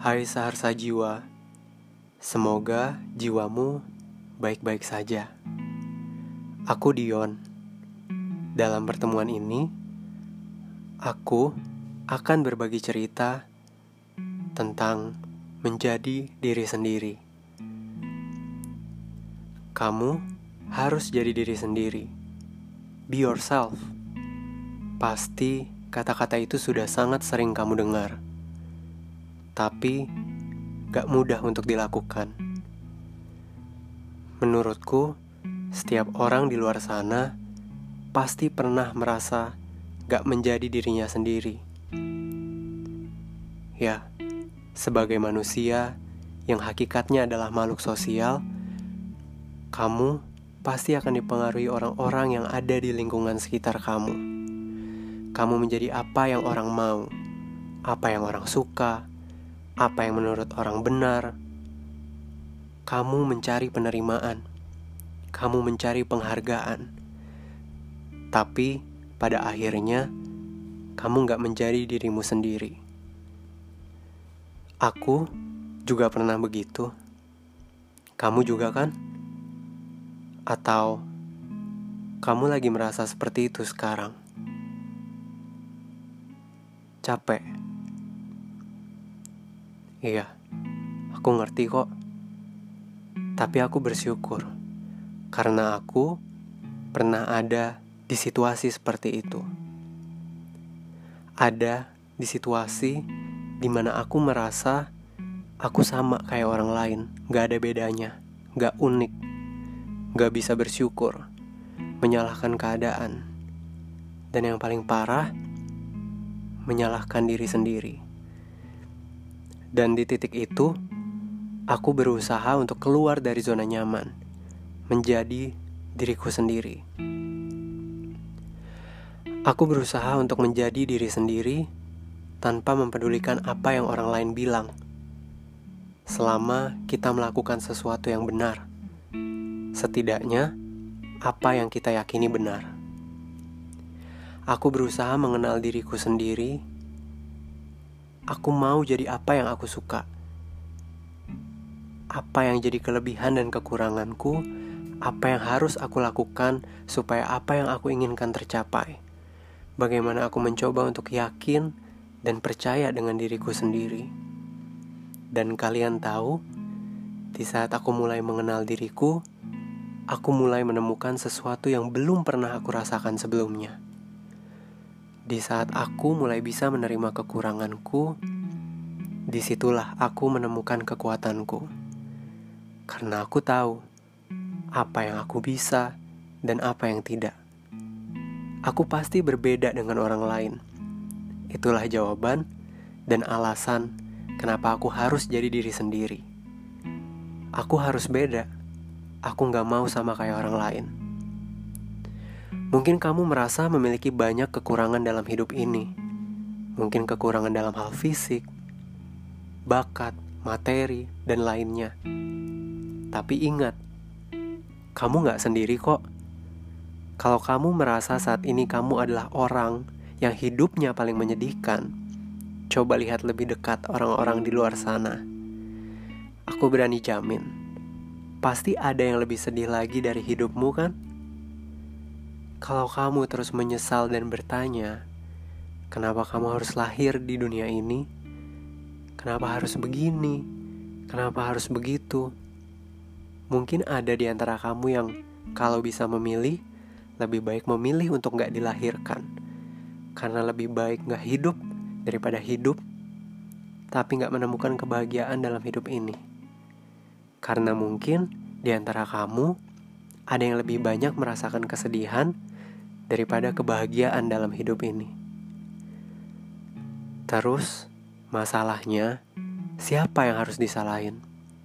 Hai seharsa jiwa, semoga jiwamu baik-baik saja. Aku Dion. Dalam pertemuan ini, aku akan berbagi cerita tentang menjadi diri sendiri. Kamu harus jadi diri sendiri. Be yourself. Pasti kata-kata itu sudah sangat sering kamu dengar. Tapi gak mudah untuk dilakukan. Menurutku, setiap orang di luar sana pasti pernah merasa gak menjadi dirinya sendiri. Ya, sebagai manusia yang hakikatnya adalah makhluk sosial, kamu pasti akan dipengaruhi orang-orang yang ada di lingkungan sekitar kamu. Kamu menjadi apa yang orang mau, apa yang orang suka, apa yang menurut orang benar. Kamu mencari penerimaan, kamu mencari penghargaan. Tapi pada akhirnya kamu gak menjadi dirimu sendiri. Aku juga pernah begitu. Kamu juga kan? Atau kamu lagi merasa seperti itu sekarang? Capek? Iya, aku ngerti kok. Tapi aku bersyukur karena aku pernah ada di situasi seperti itu. Ada di situasi di mana aku merasa aku sama kayak orang lain, gak ada bedanya, gak unik, gak bisa bersyukur, menyalahkan keadaan, dan yang paling parah, menyalahkan diri sendiri. Dan di titik itu, aku berusaha untuk keluar dari zona nyaman, menjadi diriku sendiri. Aku berusaha untuk menjadi diri sendiri tanpa mempedulikan apa yang orang lain bilang. Selama kita melakukan sesuatu yang benar, setidaknya apa yang kita yakini benar. Aku berusaha mengenal diriku sendiri. Aku mau jadi apa yang aku suka. Apa yang jadi kelebihan dan kekuranganku, apa yang harus aku lakukan supaya apa yang aku inginkan tercapai. Bagaimana aku mencoba untuk yakin dan percaya dengan diriku sendiri. Dan kalian tahu, di saat aku mulai mengenal diriku, aku mulai menemukan sesuatu yang belum pernah aku rasakan sebelumnya. Di saat aku mulai bisa menerima kekuranganku, disitulah aku menemukan kekuatanku. Karena aku tahu apa yang aku bisa dan apa yang tidak. Aku pasti berbeda dengan orang lain. Itulah jawaban dan alasan kenapa aku harus jadi diri sendiri. Aku harus beda. Aku gak mau sama kayak orang lain. Mungkin kamu merasa memiliki banyak kekurangan dalam hidup ini. Mungkin kekurangan dalam hal fisik, bakat, materi, dan lainnya. Tapi ingat, kamu gak sendiri kok. Kalau kamu merasa saat ini kamu adalah orang yang hidupnya paling menyedihkan, coba lihat lebih dekat orang-orang di luar sana. Aku berani jamin, pasti ada yang lebih sedih lagi dari hidupmu kan? Kalau kamu terus menyesal dan bertanya, kenapa kamu harus lahir di dunia ini? Kenapa harus begini? Kenapa harus begitu? Mungkin ada di antara kamu yang kalau bisa memilih, lebih baik memilih untuk gak dilahirkan. Karena lebih baik gak hidup daripada hidup, tapi gak menemukan kebahagiaan dalam hidup ini. Karena mungkin di antara kamu, ada yang lebih banyak merasakan kesedihan daripada kebahagiaan dalam hidup ini. Terus, masalahnya, siapa yang harus disalahin?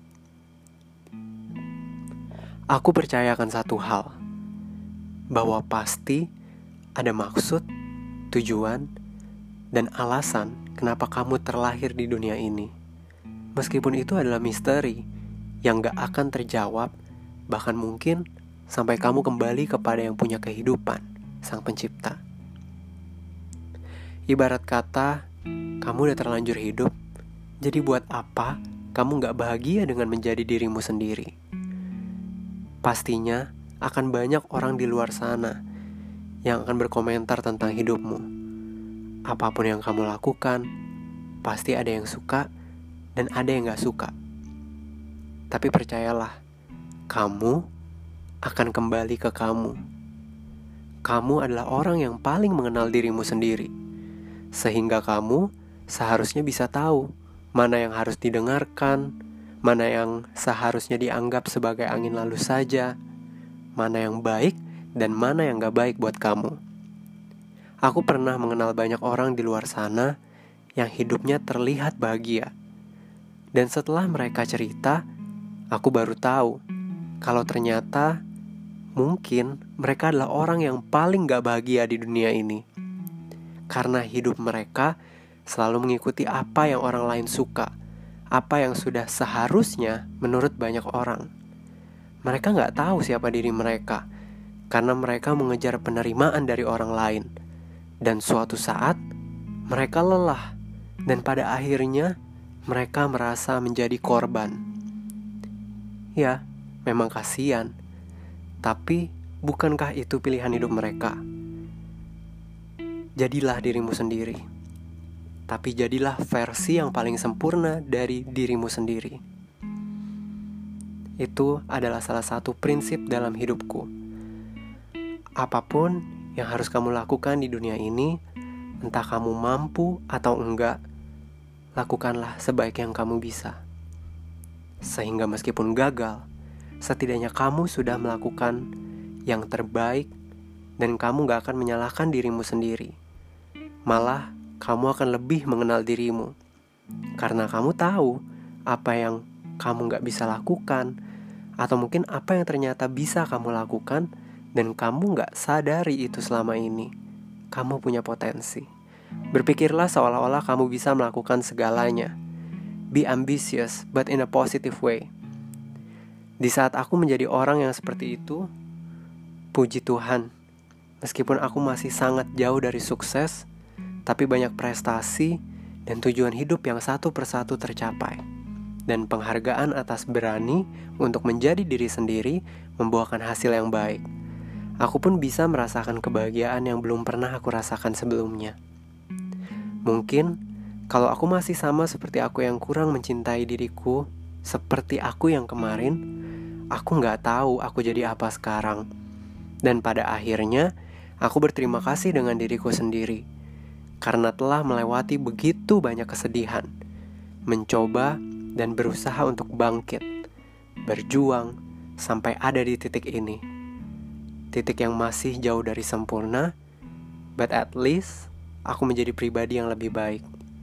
Aku percayakan satu hal, bahwa pasti ada maksud, tujuan, dan alasan kenapa kamu terlahir di dunia ini. Meskipun itu adalah misteri yang gak akan terjawab, bahkan mungkin sampai kamu kembali kepada yang punya kehidupan, Sang Pencipta. Ibarat kata, kamu udah terlanjur hidup, Jadi buat apa kamu gak bahagia dengan menjadi dirimu sendiri? Pastinya akan banyak orang di luar sana yang akan berkomentar tentang hidupmu. Apapun yang kamu lakukan, pasti ada yang suka dan ada yang gak suka. Tapi percayalah, kamu akan kembali ke kamu. Kamu adalah orang yang paling mengenal dirimu sendiri, sehingga kamu seharusnya bisa tahu mana yang harus didengarkan, mana yang seharusnya dianggap sebagai angin lalu saja, mana yang baik dan mana yang gak baik buat kamu. Aku pernah mengenal banyak orang di luar sana yang hidupnya terlihat bahagia. Dan setelah mereka cerita, aku baru tahu kalau ternyata mungkin mereka adalah orang yang paling gak bahagia di dunia ini. Karena hidup mereka selalu mengikuti apa yang orang lain suka, apa yang sudah seharusnya menurut banyak orang. Mereka gak tahu siapa diri mereka, karena mereka mengejar penerimaan dari orang lain. Dan suatu saat, mereka lelah, dan pada akhirnya mereka merasa menjadi korban. Ya, memang kasihan. Tapi, bukankah itu pilihan hidup mereka? Jadilah dirimu sendiri. Tapi jadilah versi yang paling sempurna dari dirimu sendiri. Itu adalah salah satu prinsip dalam hidupku. Apapun yang harus kamu lakukan di dunia ini, entah kamu mampu atau enggak, lakukanlah sebaik yang kamu bisa. Sehingga meskipun gagal, setidaknya kamu sudah melakukan yang terbaik dan kamu gak akan menyalahkan dirimu sendiri. Malah, kamu akan lebih mengenal dirimu. Karena kamu tahu apa yang kamu gak bisa lakukan, atau mungkin apa yang ternyata bisa kamu lakukan dan kamu gak sadari itu selama ini. Kamu punya potensi. Berpikirlah seolah-olah kamu bisa melakukan segalanya. Be ambitious, but in a positive way. Di saat aku menjadi orang yang seperti itu, puji Tuhan, meskipun aku masih sangat jauh dari sukses, tapi banyak prestasi dan tujuan hidup yang satu persatu tercapai. Dan penghargaan atas berani untuk menjadi diri sendiri membuahkan hasil yang baik. Aku pun bisa merasakan kebahagiaan yang belum pernah aku rasakan sebelumnya. Mungkin kalau aku masih sama seperti aku yang kurang mencintai diriku, seperti aku yang kemarin, aku gak tahu aku jadi apa sekarang. Dan pada akhirnya, aku berterima kasih dengan diriku sendiri. Karena telah melewati begitu banyak kesedihan, mencoba dan berusaha untuk bangkit, berjuang sampai ada di titik ini. Titik yang masih jauh dari sempurna, but at least aku menjadi pribadi yang lebih baik.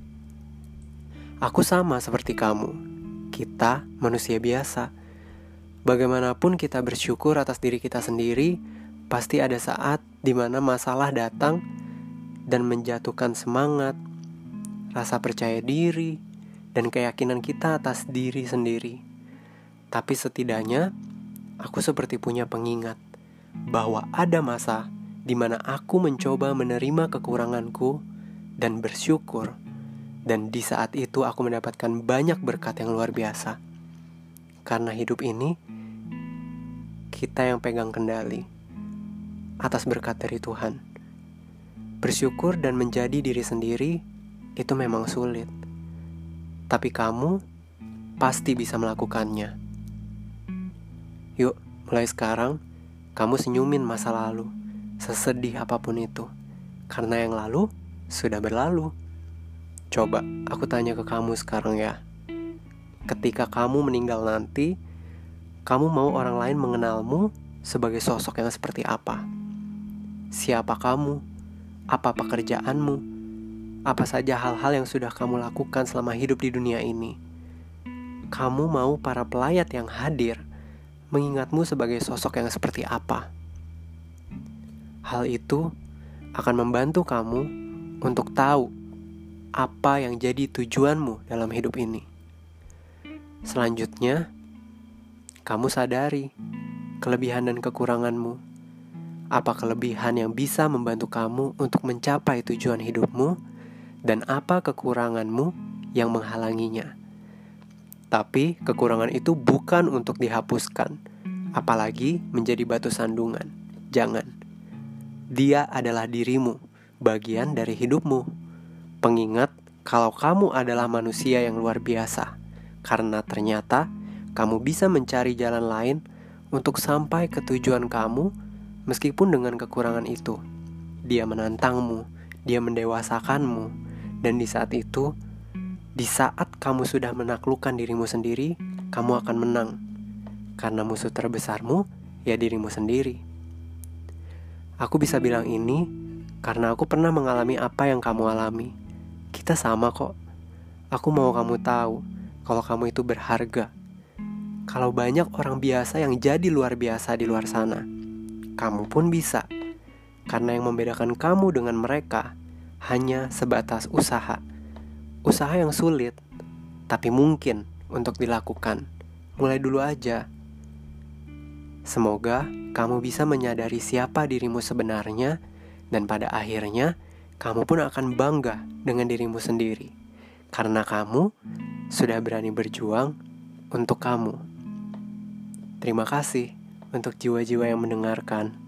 Aku sama seperti kamu. Kita manusia biasa. Bagaimanapun kita bersyukur atas diri kita sendiri, pasti ada saat di mana masalah datang dan menjatuhkan semangat, rasa percaya diri, dan keyakinan kita atas diri sendiri. Tapi setidaknya, aku seperti punya pengingat bahwa ada masa di mana aku mencoba menerima kekuranganku dan bersyukur. Dan di saat itu aku mendapatkan banyak berkat yang luar biasa. Karena hidup ini, kita yang pegang kendali atas berkat dari Tuhan. Bersyukur dan menjadi diri sendiri itu memang sulit. Tapi kamu pasti bisa melakukannya. Yuk, mulai sekarang kamu senyumin masa lalu, sesedih apapun itu. Karena yang lalu sudah berlalu. Coba aku tanya ke kamu sekarang ya. Ketika kamu meninggal nanti, kamu mau orang lain mengenalmu sebagai sosok yang seperti apa? Siapa kamu? Apa pekerjaanmu? Apa saja hal-hal yang sudah kamu lakukan selama hidup di dunia ini? Kamu mau para pelayat yang hadir mengingatmu sebagai sosok yang seperti apa? Hal itu akan membantu kamu untuk tahu apa yang jadi tujuanmu dalam hidup ini. Selanjutnya, kamu sadari kelebihan dan kekuranganmu. Apa kelebihan yang bisa membantu kamu untuk mencapai tujuan hidupmu, dan apa kekuranganmu yang menghalanginya. Tapi kekurangan itu bukan untuk dihapuskan, apalagi menjadi batu sandungan. Jangan. Dia adalah dirimu, bagian dari hidupmu. Pengingat kalau kamu adalah manusia yang luar biasa, karena ternyata kamu bisa mencari jalan lain untuk sampai ke tujuan kamu, meskipun dengan kekurangan itu. Dia menantangmu, dia mendewasakanmu, dan di saat itu, di saat kamu sudah menaklukkan dirimu sendiri, kamu akan menang. Karena musuh terbesarmu, ya dirimu sendiri. Aku bisa bilang ini karena aku pernah mengalami apa yang kamu alami. Kita sama kok. Aku mau kamu tahu kalau kamu itu berharga. Kalau banyak orang biasa yang jadi luar biasa di luar sana, kamu pun bisa. Karena yang membedakan kamu dengan mereka hanya sebatas usaha. Usaha yang sulit, tapi mungkin untuk dilakukan. Mulai dulu aja. Semoga kamu bisa menyadari siapa dirimu sebenarnya, dan pada akhirnya kamu pun akan bangga dengan dirimu sendiri. Karena kamu sudah berani berjuang untuk kamu. Terima kasih untuk jiwa-jiwa yang mendengarkan.